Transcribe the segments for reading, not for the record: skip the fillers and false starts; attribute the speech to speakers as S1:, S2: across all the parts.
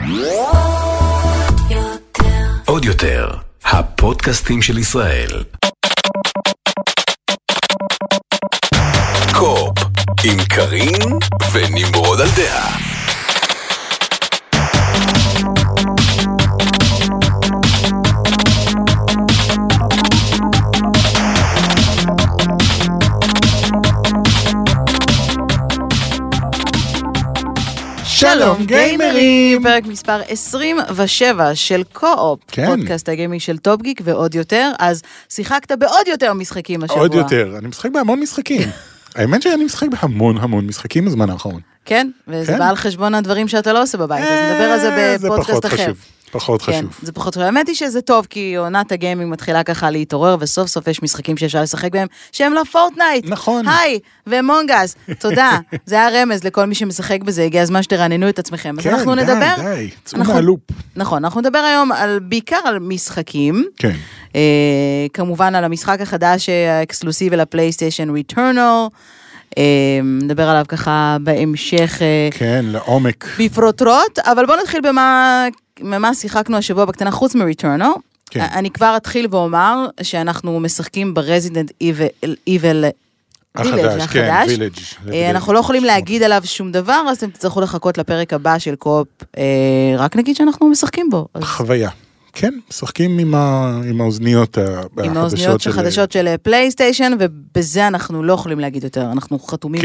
S1: עוד יותר, הפודקאסטים של ישראל. קופ, עם קרין ונמרוד על דעה.
S2: שלום גיימרים, פרק מספר 27 של קו-אופ, פודקאסט הגיימי של טופ גיק ועוד יותר. אז שיחקת בעוד יותר משחקים השבוע.
S3: עוד יותר, אני משחק בהמון משחקים. האמת שאני משחק בהמון משחקים בזמן האחרון.
S2: כן, וזה בא על חשבון הדברים שאתה לא עושה בבית, אז נדבר על זה בפודקאסט אחר.
S3: פחות חשוב.
S2: זה פחות חשוב. האמת היא שזה טוב, כי עונת הגיימינג מתחילה ככה להתעורר, וסוף סוף יש משחקים שאפשר לשחק בהם, שהם לא פורטנייט.
S3: נכון.
S2: היי, ומונגס. תודה. זה היה רמז לכל מי שמשחק בזה, הגיע הזמן שתרעננו את עצמכם. אז אנחנו נדבר...
S3: די, צאו מהלופ.
S2: נכון, אנחנו נדבר היום בעיקר על משחקים.
S3: כן.
S2: כמובן על המשחק החדש האקסקלוסיבי לפלייסטיישן Returnal. נדבר עליו ככה בהמשך.
S3: כן, לעומק.
S2: בפרוטרוט, אבל בואו נתחיל במה שיחקנו השבוע בקטנה, חוץ מ-Returnal. כן. אני כבר אתחיל ואומר שאנחנו משחקים ברזידנט איבל
S3: החדש, כן, וילג'.
S2: אנחנו לא יכולים להגיד עליו שום דבר, אז אתם תצטרכו לחכות לפרק הבא של קופ, רק נגיד שאנחנו משחקים בו.
S3: חוויה. כן, משחקים עם האוזניות החדשות.
S2: עם האוזניות החדשות של פלייסטיישן, ובזה אנחנו לא יכולים להגיד יותר, אנחנו חתומים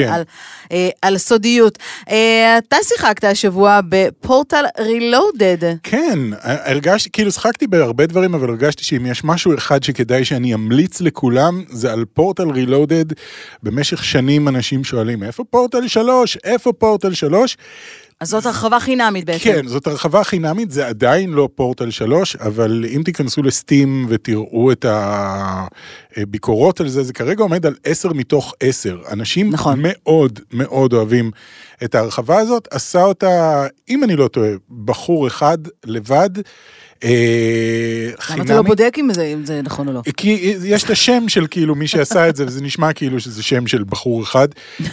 S2: על סודיות. אתה שיחקת השבוע בפורטל רילודד.
S3: כן, הרגשתי, כאילו שחקתי בהרבה דברים, אבל הרגשתי שאם יש משהו אחד שכדאי שאני אמליץ לכולם, זה על פורטל רילודד. במשך שנים אנשים שואלים, איפה פורטל 3? איפה פורטל 3?
S2: אז זאת הרחבה חינמית בעצם.
S3: כן, זאת הרחבה חינמית, זה עדיין לא פורטל 3, אבל אם תיכנסו לסטים ותראו את הביקורות על זה, זה כרגע עומד על 10 מתוך 10. אנשים מאוד מאוד אוהבים את ההרחבה הזאת, עשה אותה, אם אני לא טועה, בחור אחד לבד,
S2: למה אתה לא בודק אם זה נכון או לא?
S3: כי יש את השם של כאילו מי שעשה את זה, וזה נשמע כאילו שזה שם של בחור אחד,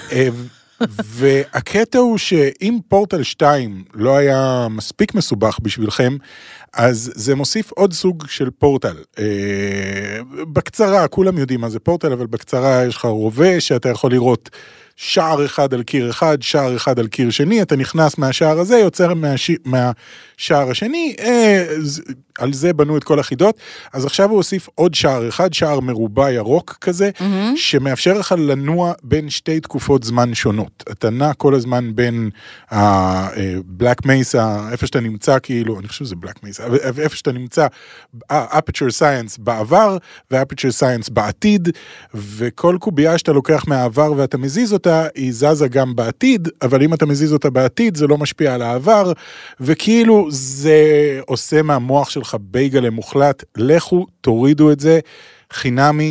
S3: והקטע הוא שאם פורטל 2 לא היה מספיק מסובך בשבילכם, אז זה מוסיף עוד סוג של פורטל. בקצרה, כולם יודעים מה זה פורטל, אבל בקצרה יש לך רובה שאתה יכול לראות שער אחד על קיר אחד, שער אחד על קיר שני, אתה נכנס מהשער הזה, יוצר מהשער השני, על זה בנו את כל החידות, אז עכשיו הוא הוסיף עוד שער אחד, שער מרובע ירוק כזה, שמאפשר לך לנוע בין שתי תקופות זמן שונות. אתה נע כל הזמן בין בלק מייסה, איפה שאתה נמצא כאילו, אני חושב שזה בלק מייסה, איפה שאתה נמצא, אפצ'ר סיינס בעבר, ואפצ'ר סיינס בעתיד, וכל קובייה שאתה לוקח מהעבר ואתה מזיז אותה, היא זזה גם בעתיד, אבל אם אתה מזיז אותה בעתיד, זה לא משפיע על העבר, וכאילו זה עושה מהמוח שלך בייגלה מוחלט, לכו, תורידו את זה, חינמי,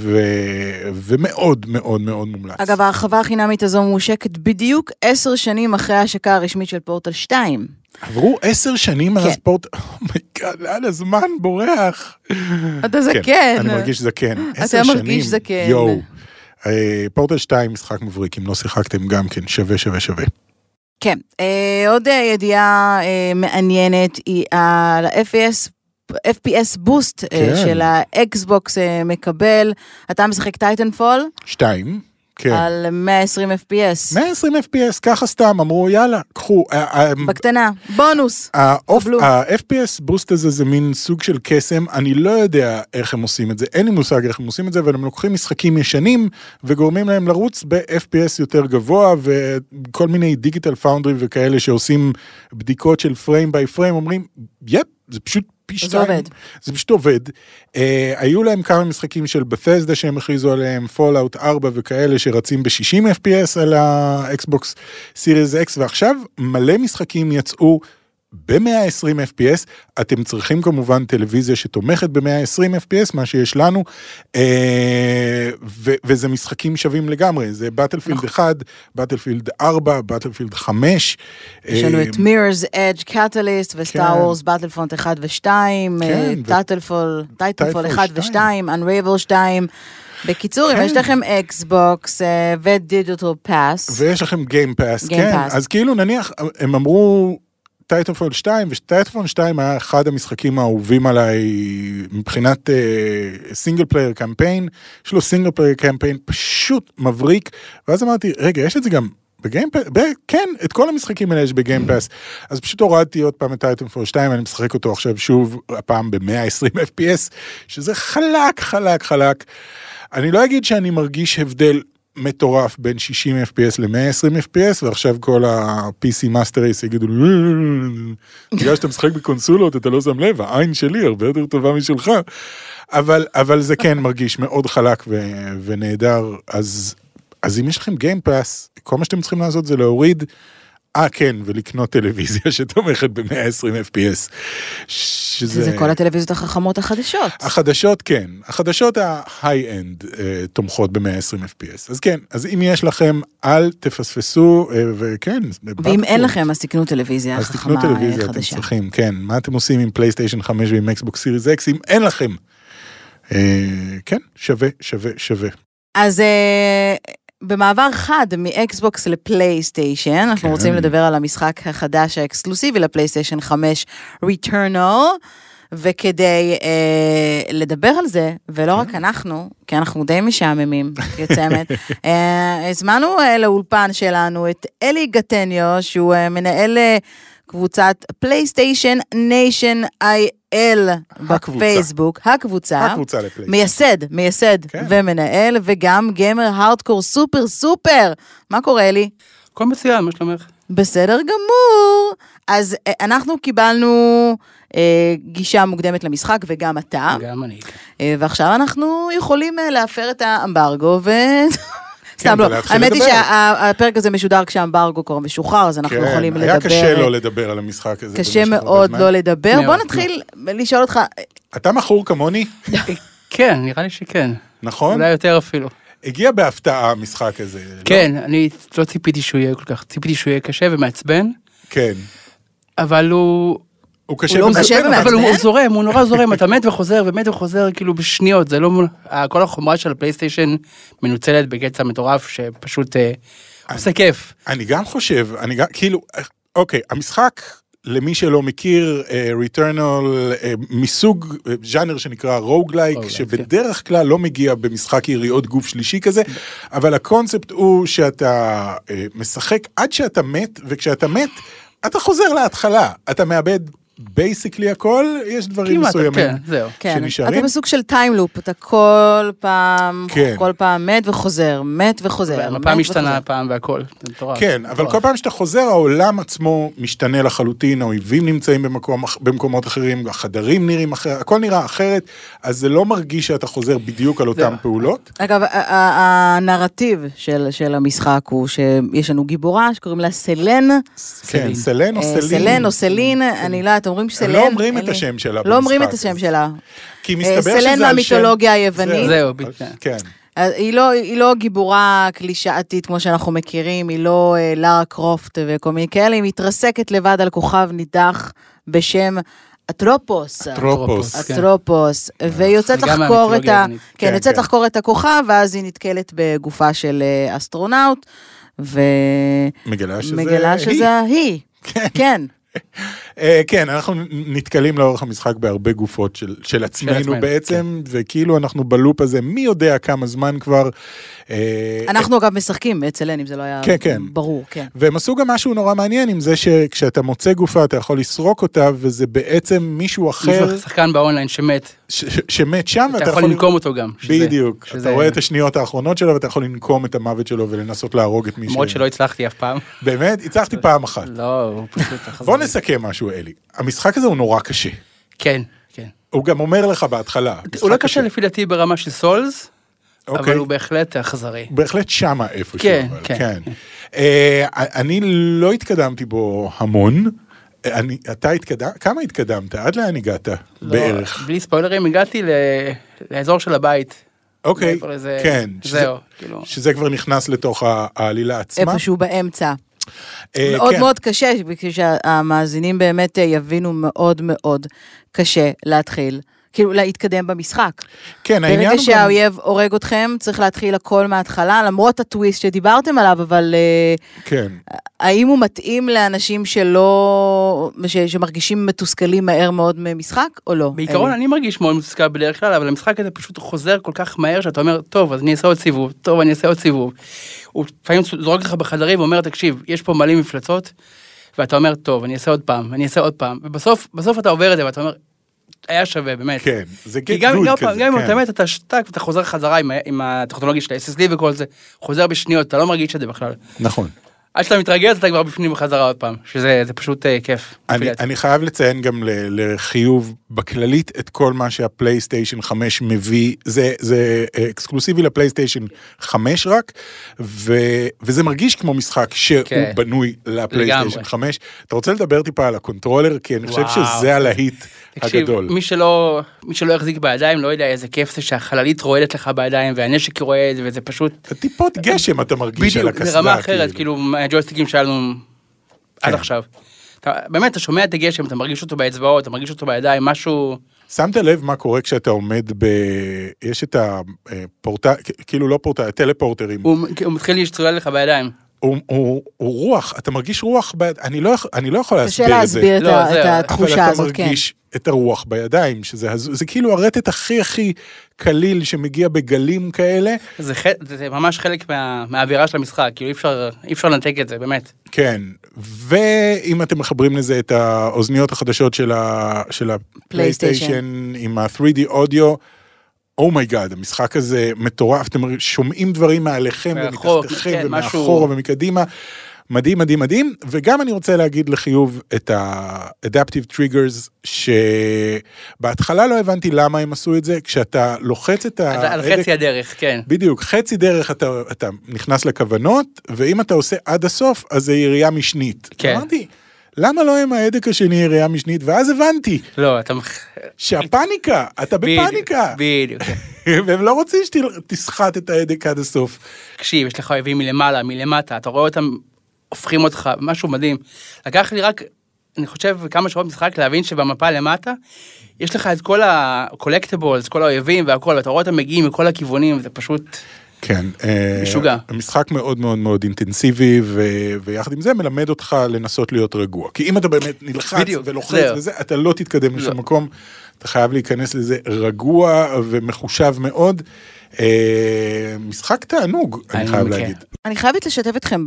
S3: ומאוד מאוד מאוד מומלץ.
S2: אגב, ההרחבה החינמית הזו מושקת בדיוק 10 שנים אחרי ההשקה הרשמית של פורטל 2.
S3: עברו 10 שנים מאז פורטל, אומייגאד, לאן הזמן בורח.
S2: אתה זקן.
S3: כן, אני מרגיש זקן.
S2: אתה מרגיש זקן.
S3: יואו. פורטל 2 משחק מבריק, אם לא שיחקתם גם כן, שווה.
S2: כן, עוד ידיעה מעניינת היא על ה-FPS בוסט של האקסבוקס מקבל, אתה משחק טייטנפול? 2.
S3: כן.
S2: על 120 FPS.
S3: 120 FPS, ככה סתם, אמרו יאללה, קחו.
S2: בקטנה, בונוס.
S3: ה-FPS בוסט הזה זה מין סוג של קסם, אני לא יודע איך הם עושים את זה, אין לי מושג איך הם עושים את זה, אבל הם לוקחים משחקים ישנים, וגורמים להם לרוץ ב-FPS יותר גבוה, וכל מיני דיגיטל פאונדרי וכאלה שעושים בדיקות של פריים ביי פריים, אומרים, יפ, זה פשוט פי 2. זה פשוט עובד. היו להם כמה משחקים של בת'סדה שהם הכריזו עליהם, פולאוט 4 וכאלה שרצים ב-60 FPS על האקסבוקס סיריז X, ועכשיו מלא משחקים יצאו ב-120 FPS, אתם צריכים כמובן טלוויזיה שתומכת ב-120 FPS, מה שיש לנו, וזה משחקים שווים לגמרי, זה בטלפילד 1, בטלפילד 4, בטלפילד 5.
S2: יש לנו את Mirror's Edge Catalyst וסטאר וורס בטלפרונט 1 ו-2, טייטנפול 1 ו-2, Unravel 2, בקיצור, אם יש לכם אקסבוקס ודיגיטל פאס.
S3: ויש לכם גיים פאס, כן. אז כאילו נניח, הם אמרו, טייטנפול 2, וטייטנפול 2 היה אחד המשחקים האהובים עליי מבחינת סינגל פלייר קמפיין, יש לו סינגל פלייר קמפיין פשוט מבריק, ואז אמרתי, רגע, יש את זה גם בגיימפאס? כן, את כל המשחקים האלה יש בגיימפאס, אז פשוט הורדתי עוד פעם את טייטנפול 2, אני משחק אותו עכשיו שוב, הפעם ב-120 FPS, שזה חלק. אני לא אגיד שאני מרגיש הבדל מטורף בין 60 FPS ל-120 FPS, ועכשיו כל ה-PC Master Race יגידו, בגלל שאתה משחק בקונסולות, אתה לא שם לב, העין שלי הרבה יותר טובה משלך, אבל זה כן מרגיש מאוד חלק ונהדר, אז אם יש לכם גיימפאס, כל מה שאתם צריכים לעשות זה להוריד, כן, ולקנות טלוויזיה שתומכת ב-120 FPS.
S2: זה כל הטלוויזיות החכמות החדשות.
S3: החדשות, כן. החדשות ה-high-end תומכות ב-120 FPS. אז כן, אז אם יש לכם, אל תפספסו, וכן.
S2: ואם אין לכם, אז תקנו טלוויזיה חכמה חדשה.
S3: אז תקנו טלוויזיה, אתם צריכים, כן. מה אתם עושים עם פלייסטיישן 5 ועם אקסבוקס סיריס אקס, אם אין לכם? כן, שווה.
S2: אז במעבר חד מאקסבוקס לפלייסטיישן, אנחנו רוצים לדבר על המשחק החדש האקסקלוסיבי לפלייסטיישן 5, Returnal, וכדי לדבר על זה, ולא רק אנחנו, כי אנחנו די משעממים, יוצמת, הזמנו לאולפן שלנו את אלי גטניו, שהוא מנהל קבוצת פלייסטיישן ניישן IL בפייסבוק, הקבוצה מייסד ומנהל, וגם גיימר הארדקור סופר, מה קורה אלי?
S4: הכל מצוין, מה שלומך?
S2: בסדר גמור, אז אנחנו קיבלנו גישה מוקדמת למשחק, וגם אתה.
S4: גם אני.
S2: ועכשיו אנחנו יכולים להפר את האמברגו, סתם לא, האמת היא שהפרק הזה משודר כשהאמברגו כבר משוחרר, אז אנחנו יכולים לדבר.
S3: היה קשה לא לדבר על המשחק הזה.
S2: קשה מאוד לא לדבר. בוא נתחיל לשאול אותך.
S3: אתה מכור כמוני?
S4: כן, נראה לי שכן.
S3: נכון?
S4: אולי יותר אפילו.
S3: הגיע בהפתעה המשחק הזה.
S4: כן, אני לא ציפיתי שהוא יהיה כל כך, ציפיתי שהוא יהיה קשה ומעצבן.
S3: כן.
S4: אבל
S3: הוא קשה ומעצבן.
S4: אבל הוא זורם, הוא נורא זורם, אתה מת וחוזר כאילו בשניות, זה לא, כל החומרה של הפלייסטיישן מנוצלת בקצע מטורף שפשוט עושה כיף.
S3: אני גם חושב, כאילו, אוקיי, המשחק, למי שלא מכיר, Returnal, מסוג ז'אנר שנקרא רוגלייק, שבדרך כלל לא מגיע במשחק יריעות גוף שלישי כזה, אבל הקונספט הוא שאתה משחק עד שאתה מת, וכשאתה מת, אתה חוזר להתחלה, אתה מאבד בייסיקלי הכל, יש דברים מסוימים שנשארים.
S2: אתה בסוג של טיימלופ, אתה כל פעם מת וחוזר.
S4: הפעם משתנה הפעם והכל.
S3: כן, אבל כל פעם שאתה חוזר, העולם עצמו משתנה לחלוטין, האויבים נמצאים במקומות אחרים, החדרים נראים אחרת, הכל נראה אחרת, אז זה לא מרגיש שאתה חוזר בדיוק על אותם פעולות.
S2: אגב, הנרטיב של המשחק הוא שיש לנו גיבורה שקוראים לה סלן.
S3: כן, סלן או סלין.
S2: סלן או סלין, אני לא, אתם אומרים שסלן.
S3: לא אומרים את השם שלה.
S2: לא אומרים את השם שלה.
S3: כי מסתבר שזה על שם.
S2: סלן מהמיתולוגיה היוונית.
S4: זהו,
S3: כן.
S2: היא לא גיבורה קלישאתית כמו שאנחנו מכירים, היא לא לארה קרופט וכל מיני כאלה, היא מתרסקת לבד על כוכב נידח בשם אטרופוס, והיא יוצאת לחקור את הכוכב, ואז היא נתקלת בגופה של אסטרונאוט, ומגלה שזה היא. כן.
S3: כן, אנחנו נתקלים לאורך המשחק בהרבה גופות של עצמנו בעצם, וכאילו אנחנו בלופ הזה, מי יודע כמה זמן כבר.
S2: אנחנו אגב משחקים אצלנו, אם זה לא היה ברור, כן.
S3: והם עשו גם משהו נורא מעניין עם זה שכשאתה מוצא גופה, אתה יכול לסרוק אותה, וזה בעצם מישהו אחר.
S4: מישהו שחקן באונליין שמת.
S3: שמת שם,
S4: אתה יכול לנקום אותו גם.
S3: בדיוק. אתה רואה את השניות האחרונות שלו, ואתה יכול לנקום את המוות שלו, ולנסות להרוג את מי
S4: למרות שלא הצלחתי אף פעם.
S3: באמת? הצלחתי פעם אחת.
S4: לא, פשוט.
S3: בוא נסכם משהו, אלי. המשחק הזה הוא נורא קשה.
S4: כן, כן.
S3: הוא גם אומר לך בהתחלה.
S4: הוא לא קשה לפי דעתי ברמה של סולס, אבל הוא בהחלט אכזרי.
S3: בהחלט שמה איפשהו.
S4: כן, כן.
S3: אני לא התקדמתי בו המון. אתה התקדמת? כמה התקדמת? עד לאן הגעת בערך?
S4: בלי ספוילרים, הגעתי לאזור של הבית.
S3: אוקיי, כן. שזה כבר נכנס לתוך העלילה עצמה.
S2: איפשהו באמצע. מאוד מאוד קשה, כשהמאזינים באמת יבינו מאוד מאוד קשה להתחיל, כאילו להתקדם במשחק.
S3: כן, העניין
S2: ברגע
S3: הוא
S2: שהאויב הורג אתכם, צריך להתחיל הכל מההתחלה, למרות הטוויסט שדיברתם עליו, אבל
S3: כן.
S2: האם הוא מתאים לאנשים שמרגישים מתוסכלים מהר מאוד ממשחק, או לא?
S4: בעיקרון אני מרגיש מאוד מתוסכל בדרך כלל, אבל המשחק הזה פשוט חוזר כל כך מהר, שאתה אומר, טוב, אז אני אעשה עוד סיבוב, טוב, אני אעשה עוד סיבוב. הוא לפעמים זורק לך בחדרים ואומר, תקשיב, יש פה מלא מפלצות, ואתה אומר, טוב, אני אעשה עוד פעם, אני אעשה עוד פעם, ובסוף אתה עובר את זה, ואתה אומר, היה שווה, באמת.
S3: כן, זה
S4: כי
S3: get
S4: גם
S3: good כזה.
S4: אם אתה מת, אתה חוזר חזרה עם הטכנולוגיה של ה-SSD וכל זה, חוזר בשניות, אתה לא מרגיש את זה בכלל.
S3: נכון.
S4: עד שאתה מתרגל, אתה כבר בפנים בחזרה עוד פעם, שזה פשוט כיף.
S3: אני חייב לציין גם לחיוב בכללית את כל מה שהפלייסטיישן 5 מביא, זה אקסקלוסיבי לפלייסטיישן 5 רק, וזה מרגיש כמו משחק שהוא בנוי לפלייסטיישן 5. אתה רוצה לדבר טיפה על הקונטרולר? כי אני חושב שזה הלהיט הגדול.
S4: מי שלא החזיק בידיים, לא יודע איזה כיף זה שהחללית רועדת לך בידיים, והנשק רועד, וזה פשוט...
S3: טיפות גשם אתה מרגיש על הקסדה.
S4: בדיוק, ברמה אחרת, כאילו, הג'ויסטיקים שלנו עד עכשיו. באמת, אתה שומע את הגשם, אתה מרגיש אותו באצבעות, אתה מרגיש אותו בידיים, משהו...
S3: שמת לב מה קורה כשאתה עומד יש את הפורטה, כאילו לא פורטה, הטלפורטרים.
S4: הוא מתחיל להשתולל לך בידיים.
S3: הוא רוח, אתה מרגיש רוח, אני לא יכול להסביר את זה.
S2: קשה להסביר את התחושה הזאת,
S3: אבל אתה מרגיש את הרוח בידיים, זה כאילו הרטט הכי קליל שמגיע בגלים כאלה.
S4: זה ממש חלק מהאווירה של המשחק, כאילו אי אפשר לנתק את זה, באמת.
S3: כן, ואם אתם מחברים לזה את האוזניות החדשות של הפלייסטיישן עם ה-3D אודיו, אומייגאד, המשחק הזה מטורף, אתם שומעים דברים מעליכם ומתחתיכם ומאחורה ומקדימה, מדהים, מדהים, מדהים, וגם אני רוצה להגיד לחיוב את ה-Adaptive Triggers, שבהתחלה לא הבנתי למה הם עשו את זה, כשאתה לוחץ את
S4: על חצי הדרך, כן.
S3: בדיוק, חצי דרך אתה נכנס לכוונות, ואם אתה עושה עד הסוף, אז זה ירייה משנית.
S4: כן.
S3: אמרתי, למה לא עם ההדק השני ירייה משנית? ואז הבנתי.
S4: לא, אתה...
S3: שהפאניקה, אתה בפאניקה.
S4: בדיוק.
S3: והם לא רוצים שתסחט את ההדק עד הסוף.
S4: תקשיב, יש לך אויבים מלמעלה, מלמטה, אתה רואה אותם, הופכים אותך, משהו מדהים. לקח לי רק, אני חושב, כמה שעות משחק להבין שבמפה למטה, יש לך את כל ה-collectibles, כל האויבים והכל, ואתה רואה אותם מגיעים מכל הכיוונים, וזה פשוט...
S3: כן,
S4: משוגע.
S3: המשחק מאוד מאוד מאוד אינטנסיבי, ויחד עם זה מלמד אותך לנסות להיות רגוע. כי אם אתה באמת נלחץ ולוחץ וזה, אתה לא תתקדם לשום מקום, אתה חייב להיכנס לזה רגוע ומחושב מאוד. משחק תענוג, אני חייב להגיד.
S2: אני חייבת לשתף אתכם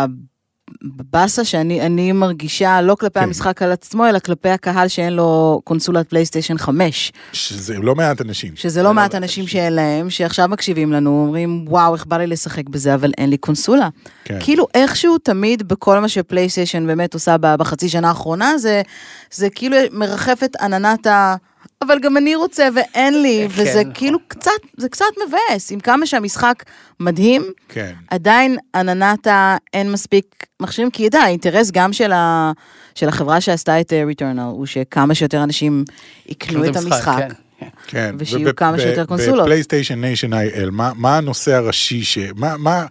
S2: בבאסה שאני מרגישה לא כלפי המשחק על עצמו, אלא כלפי הקהל שאין לו קונסולת פלייסטיישן 5.
S3: שזה לא מעט אנשים.
S2: שזה לא מעט אנשים שאין להם, שעכשיו מקשיבים לנו, אומרים, וואו, איך בא לי לשחק בזה, אבל אין לי קונסולה. כאילו איכשהו תמיד בכל מה שפלייסטיישן באמת עושה בחצי שנה האחרונה, זה כאילו מרחפת עננת אבל גם אני רוצה ואין לי, וזה כאילו קצת מבאס, עם כמה שהמשחק מדהים, עדיין עננת אין מספיק מכשירים, כי ידע, האינטרס גם של החברה שעשתה את Returnal, הוא שכמה שיותר אנשים יקנו את המשחק, ושיהיו כמה שיותר קונסולות.
S3: בפלייסטיישן ניישן IL, מה הנושא הראשי, מה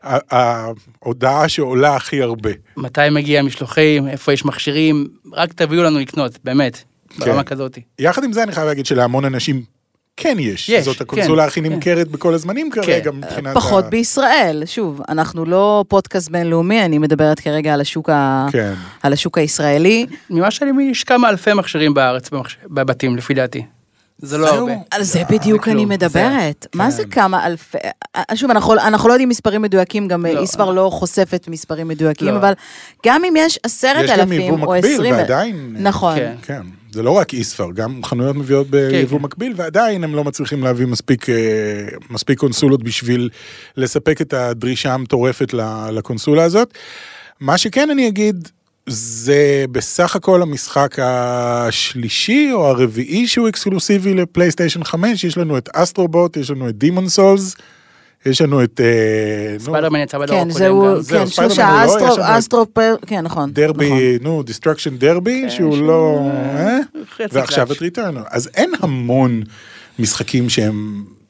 S3: ההודעה שעולה הכי הרבה?
S4: מתי מגיע משלוחים, איפה יש מכשירים, רק תביאו לנו לקנות, באמת. ברמה כזאת.
S3: יחד עם זה אני חייב להגיד שלהמון אנשים כן יש. זאת הקונסולה הכי נמכרת בכל הזמנים כרגע מבחינת...
S2: פחות בישראל, שוב, אנחנו לא פודקאסט בינלאומי, אני מדברת כרגע על השוק הישראלי.
S4: ממה שאני יש כמה אלפי מכשירים בארץ, בבתים, לפי דעתי. זה לא הרבה.
S2: על זה בדיוק אני מדברת. מה זה כמה אלפי... שוב, אנחנו לא יודעים מספרים מדויקים, גם איספר לא חושפת מספרים מדויקים, אבל גם אם יש 10,000 או 20,000...
S3: יש גם יבוא מקביל, ועדיין...
S2: נכון.
S3: כן. זה לא רק איספר, גם חנויות מביאות ביבוא מקביל, ועדיין הם לא מצליחים להביא מספיק קונסולות בשביל לספק את הדרישה המטורפת לקונסולה הזאת. מה שכן אני אגיד, זה בסך הכל המשחק השלישי או הרביעי שהוא אקסקלוסיבי לפלייסטיישן 5, יש לנו את אסטרובוט, יש לנו את דימון סולס, יש לנו את...
S4: ספיידרמן יצא בדור
S2: הקודם גם. כן, שלושה, כן, נכון.
S3: דרבי, דיסטרקשן דרבי, שהוא לא... ועכשיו את ריטרנל. אז אין המון משחקים שהם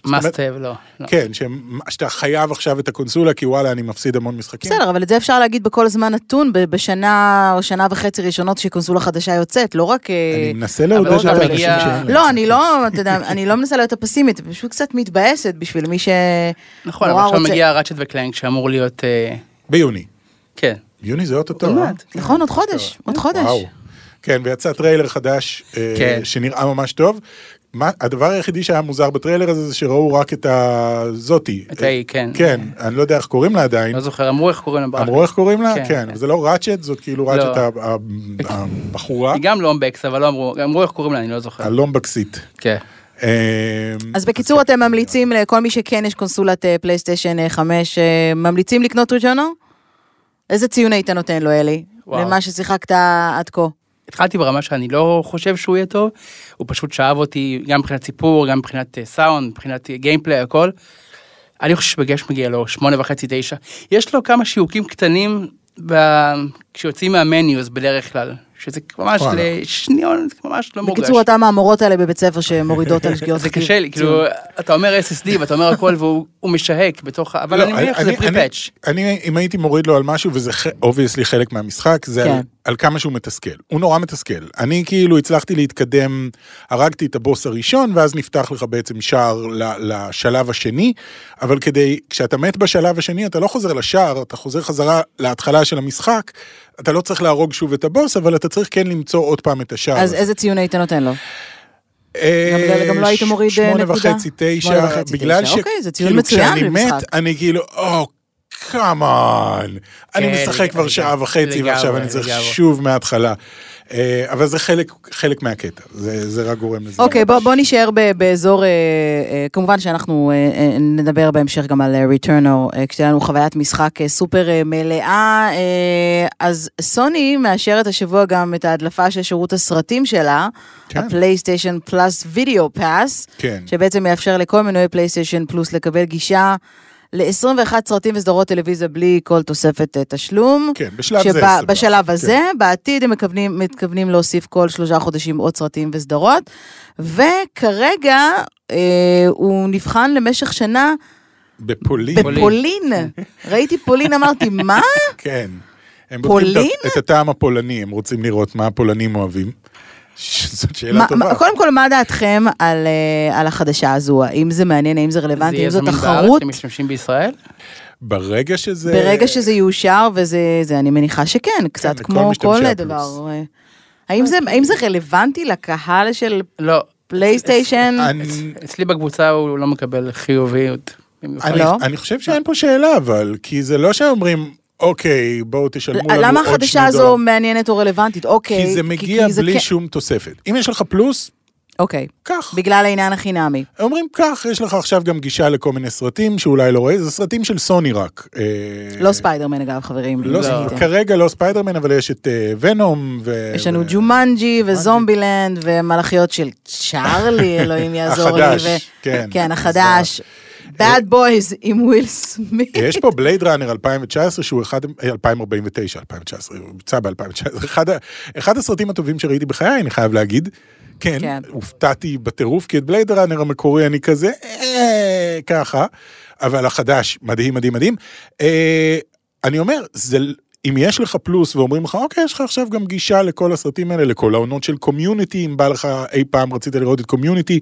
S4: מאסטב, לא.
S3: כן, שאתה חייב עכשיו את הקונסולה, כי וואלה, אני מפסיד המון משחקים.
S2: בסדר, אבל את זה אפשר להגיד בכל זמן נתון, בשנה או שנה וחצי ראשונות שקונסולה חדשה יוצאת, לא רק...
S3: אני מנסה לעודד את האנשים שאין.
S2: לא, אני לא מנסה להיות הפסימית, פשוט קצת מתבאסת בשביל מי שנורא רוצה.
S4: נכון, אבל עכשיו מגיע ראצ'ט וקלנק שאמור להיות...
S3: ביוני.
S4: כן.
S3: ביוני זה אוטוטו.
S2: נכון, עוד חודש. וואו.
S3: כן, ויצא טריילר חדש, שנראה ממש טוב. הדבר היחידי שהיה מוזר בטריילר הזה, זה שראו רק את הזאתי.
S4: את האי, כן.
S3: כן, אני לא יודע איך קוראים לה עדיין.
S4: לא זוכר, אמרו איך קוראים לה.
S3: אמרו איך קוראים לה? כן. וזה לא ראצ'ט, זאת כאילו ראצ'ט הבחורה.
S4: היא גם לומבקס, אבל לא אמרו איך קוראים לה, אני לא זוכר.
S3: הלומבקסית.
S4: כן.
S2: אז בקיצור, אתם ממליצים לכל מי שכן יש קונסולת פלייסטיישן 5, ממליצים לקנות ריג'ונו? איזה ציון היית נותן לו, אלי? למה ששיחקת עד כה?
S4: התחלתי ברמה שאני לא חושב שהוא יהיה טוב, הוא פשוט שאב אותי גם מבחינת סיפור, גם מבחינת סאונד, מבחינת גיימפליי, הכל. אני חושב שבגש מגיע לו 8.5-9. יש לו כמה שיוקים קטנים כשיוצאים מהמניוס בדרך כלל, שזה ממש לשניון, זה ממש לא מורגש.
S2: בקיצור, אתה מהמורות האלה בבית ספר שמורידות על שגיאות.
S4: זה קשה לי, כאילו, אתה אומר SSD ואתה אומר הכל והוא משהק בתוך, אבל אני מניח שזה פרי-פאץ'.
S3: אם הייתי מוריד לו על משהו, וזה obviously חלק מהמשחק, זה על כמה שהוא מתסכל. הוא נורא מתסכל. אני כאילו הצלחתי להתקדם, הרגתי את הבוס הראשון, ואז נפתח לך בעצם שער לשלב השני, אבל כשאתה מת בשלב השני, אתה לא חוזר לשער, אתה חוזר חזרה להתחלה של המשחק, אתה לא צריך להרוג שוב את הבוס, אבל אתה צריך כן למצוא עוד פעם את השער.
S2: אז איזה ציון היית נותן לו? גם לא היית מוריד נקודה?
S3: 8.5-9, בגלל שכאילו כשאני מת, אני כאילו, כמובן, אני משחק כבר שעה וחצי, ועכשיו אני צריך שוב מההתחלה. אבל זה חלק מהקטע, זה רק גורם לזה.
S2: אוקיי, בוא נשאר באזור, כמובן שאנחנו נדבר בהמשך גם על Returnal, כשתהיה לנו חוויית משחק סופר מלאה, אז סוני מאשרת השבוע גם את ההדלפה של שירות הסרטים שלה, הפלייסטיישן פלוס וידאו פאס, שבעצם מאפשר לכל מנועי פלייסטיישן פלוס לקבל גישה, ל-21 סרטים וסדרות טלוויזיה בלי כל תוספת תשלום.
S3: כן, בשלב זה.
S2: בשלב הזה, בעתיד הם מתכוונים להוסיף כל 3 חודשים עוד סרטים וסדרות, וכרגע הוא נבחן למשך שנה בפולין. ראיתי פולין, אמרתי, מה?
S3: כן. פולין? את הטעם הפולני, הם רוצים לראות מה הפולנים אוהבים. זאת שאלה טובה.
S2: קודם כל, מה דעתכם על החדשה הזו? האם זה מעניין, האם זה רלוונטי, האם זו תחרות? זה יהיה זמין בארץ,
S4: הם משתמשים בישראל?
S3: ברגע שזה
S2: יאושר, וזה אני מניחה שכן, קצת כמו כל דבר. האם זה רלוונטי לקהל של פלייסטיישן?
S4: אצלי בקבוצה הוא לא מקבל חיוביות.
S3: אני חושב שאין פה שאלה, אבל, כי זה לא שאומרים, אוקיי, בואו תשלמו לנו עוד $2.
S2: למה החדשה הזו מעניינת או רלוונטית? אוקיי.
S3: כי זה מגיע בלי שום תוספת. אם יש לך פלוס,
S2: אוקיי.
S3: כך.
S2: בגלל העניין החינמי.
S3: אומרים כך, יש לך עכשיו גם גישה לכל מיני סרטים שאולי לא רואה, זה סרטים של סוני רק.
S2: לא ספיידרמן אגב, חברים.
S3: כרגע לא ספיידרמן, אבל יש את ונום.
S2: יש לנו ג'ומנג'י וזומבילנד ומלאכיות של צ'ארלי, אלוהים יעזור לי.
S3: החדש, כן.
S2: כן, החדש. Bad Boys עם וויל סמית.
S3: יש פה בלייד ראנר 2019, שהוא 2049, הוא יצא ב-2019, אחד הסרטים הטובים שראיתי בחיי, אני חייב להגיד, כן, הופתעתי בטירוף, כי את בלייד ראנר המקורי אני כזה, ככה, אבל החדש, מדהים, מדהים, מדהים. אני אומר, אם יש לך פלוס ואומרים לך, אוקיי, יש לך עכשיו גם גישה לכל הסרטים האלה, לכל העונות של קומיוניטי, אם בא לך אי פעם רצית לראות את קומיוניטי,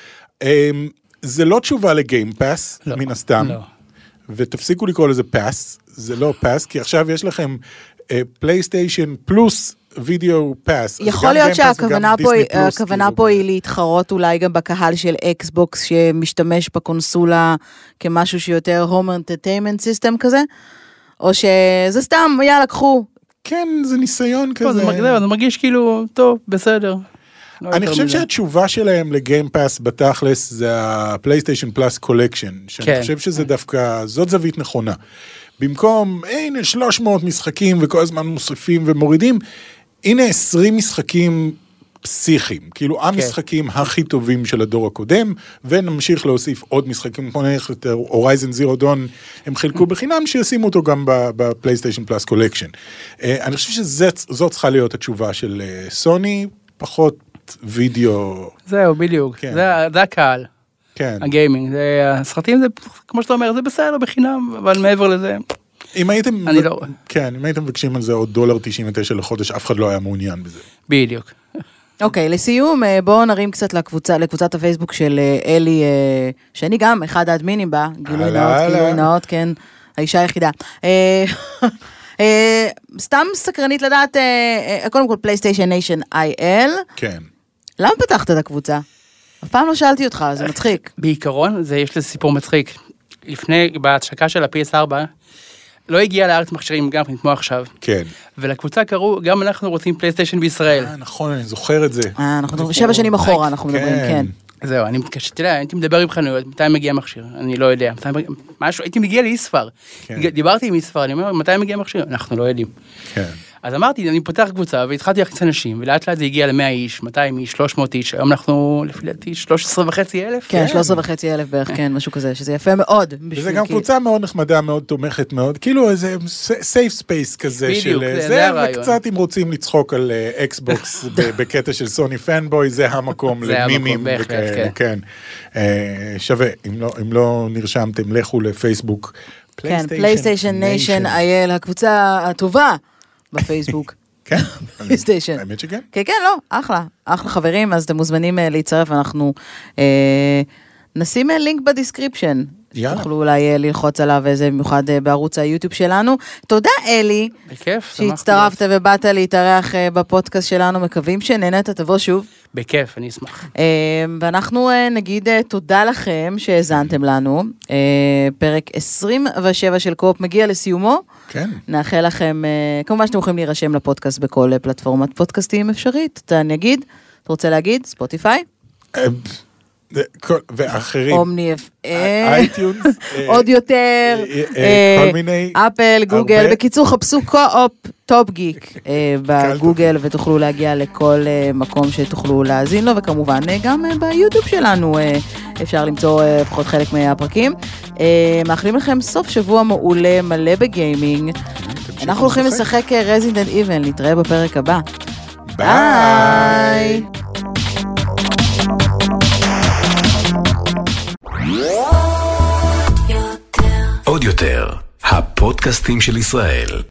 S3: זה לא תשובה לגיים פאס, מן הסתם, ותפסיקו לקרוא לזה פאס, זה לא פאס, כי עכשיו יש לכם פלייסטיישן פלוס וידאו פאס.
S2: יכול להיות שהכוונה פה היא להתחרות אולי גם בקהל של אקסבוקס, שמשתמש בקונסולה כמשהו שיותר הום אנטרטיימנט סיסטם כזה, או שזה סתם, יאללה, קחו.
S3: כן, זה ניסיון כזה.
S4: זה מרגיש כאילו, טוב, בסדר.
S3: אני חושב שהתשובה שלהם לגיים פאס בתכלס זה הפלייסטיישן פלאס קולקשן, שאני חושב שזה דווקא, זאת זווית נכונה. במקום, הנה 300 משחקים וכל הזמן מוסיפים ומורידים, הנה 20 משחקים פסיכיים, כאילו המשחקים הכי טובים של הדור הקודם, ונמשיך להוסיף עוד משחקים, כמו נלך את הורייזן זירו דון, הם חילקו בחינם שישימו אותו גם בפלייסטיישן פלאס קולקשן. אני חושב שזאת צריכה להיות התשובה של סוני, פחות וידאו.
S4: זהו, בדיוק. זה הקהל.
S3: כן.
S4: הגיימינג, הסרטים זה, כמו שאתה אומר, זה בסדר בחינם, אבל מעבר לזה,
S3: אם הייתם,
S4: אני לא...
S3: כן, אם הייתם מבקשים על זה עוד $1.99 לחודש, אף אחד לא היה מעוניין בזה.
S4: בדיוק.
S2: אוקיי, לסיום, בואו נרים קצת לקבוצת הפייסבוק של אלי, שאני גם אחד האדמינים בה, גילוי נאות, כן, האישה היחידה. סתם סקרנית לדעת, קודם כל פלייסטיישן ניישן IL.
S3: כן.
S2: למה פתחת את הקבוצה? אף פעם לא שאלתי אותך, זה מצחיק.
S4: בעיקרון, יש לזה סיפור מצחיק. לפני, בהשקה של ה-PS4, לא הגיע לארץ מכשירים גם כמו עכשיו.
S3: כן.
S4: ולקבוצה קראו, גם אנחנו רוצים פלייסטיישן בישראל.
S3: נכון, אני זוכר את זה.
S2: אנחנו 7 שנים אחורה, אנחנו מדברים, כן.
S4: זהו, אני מתקשר, תראה, הייתי מדבר עם חנויות, מתי מגיע מכשיר? אני לא יודע. משהו, הייתי מגיע לאיספר. דיברתי עם איספר, אני אומר, מתי מגיע מכשיר? אנחנו לא יודעים.
S3: כן.
S4: אז אמרתי, אני פותח קבוצה, והתחלתי להכניס אנשים, ולאט לאט זה הגיע ל100 איש, 200 איש, 300 איש, היום אנחנו, לפי דעתי, 13,500.
S2: כן, 13,500 בערך, כן, משהו כזה, שזה יפה מאוד.
S3: וזה גם קבוצה מאוד נחמדה, מאוד תומכת מאוד, כאילו איזה safe space כזה של זה, וקצת אם רוצים לצחוק על אקסבוקס בקטע של סוני פנבוי, זה המקום למימים וכאלה, כן. שווה, אם לא נרשמתם, לכו לפייסבוק.
S2: כן, פלייסטיישן ניישן IL, הקבוצה הטובה. בפייסבוק.
S3: כן?
S2: פלייסטיישן.
S3: האמת שכן?
S2: כן, כן, לא, אחלה. אחלה חברים, אז אתם מוזמנים להצטרף, אנחנו נשים לינק בדיסקריפשן.
S3: יאללה.
S2: שתוכלו אולי ללחוץ עליו, וזה במיוחד בערוץ היוטיוב שלנו. תודה, אלי.
S4: בכיף.
S2: שהצטרפת ובאת להתארח בפודקאסט שלנו, מקווים שנהנית, תבוא שוב.
S4: בכיף, אני אשמח.
S2: ואנחנו נגיד תודה לכם שהזנתם לנו. פרק 27 של קו-אופ מגיע לסיומו.
S3: כן.
S2: נאחל לכם, כמובן שאתם יכולים להירשם לפודקאסט בכל פלטפורמת פודקאסטים אפשרית. אתה נגיד, אתה רוצה להגיד, ספוטיפיי?
S3: ואחרים.
S2: אומני
S3: אייטיונס.
S2: עוד יותר.
S3: כל מיני.
S2: אפל, גוגל. בקיצור, חפשו קו-אופ טופ גיק בגוגל, ותוכלו להגיע לכל מקום שתוכלו להאזין לו, וכמובן גם ביוטיוב שלנו אפשר למצוא לפחות חלק מהפרקים. מאחלים לכם סוף שבוע מעולה, מלא בגיימינג. אנחנו הולכים לשחק Resident Evil, נתראה בפרק הבא. ביי!
S1: עוד יותר, הפודקאסטים של ישראל.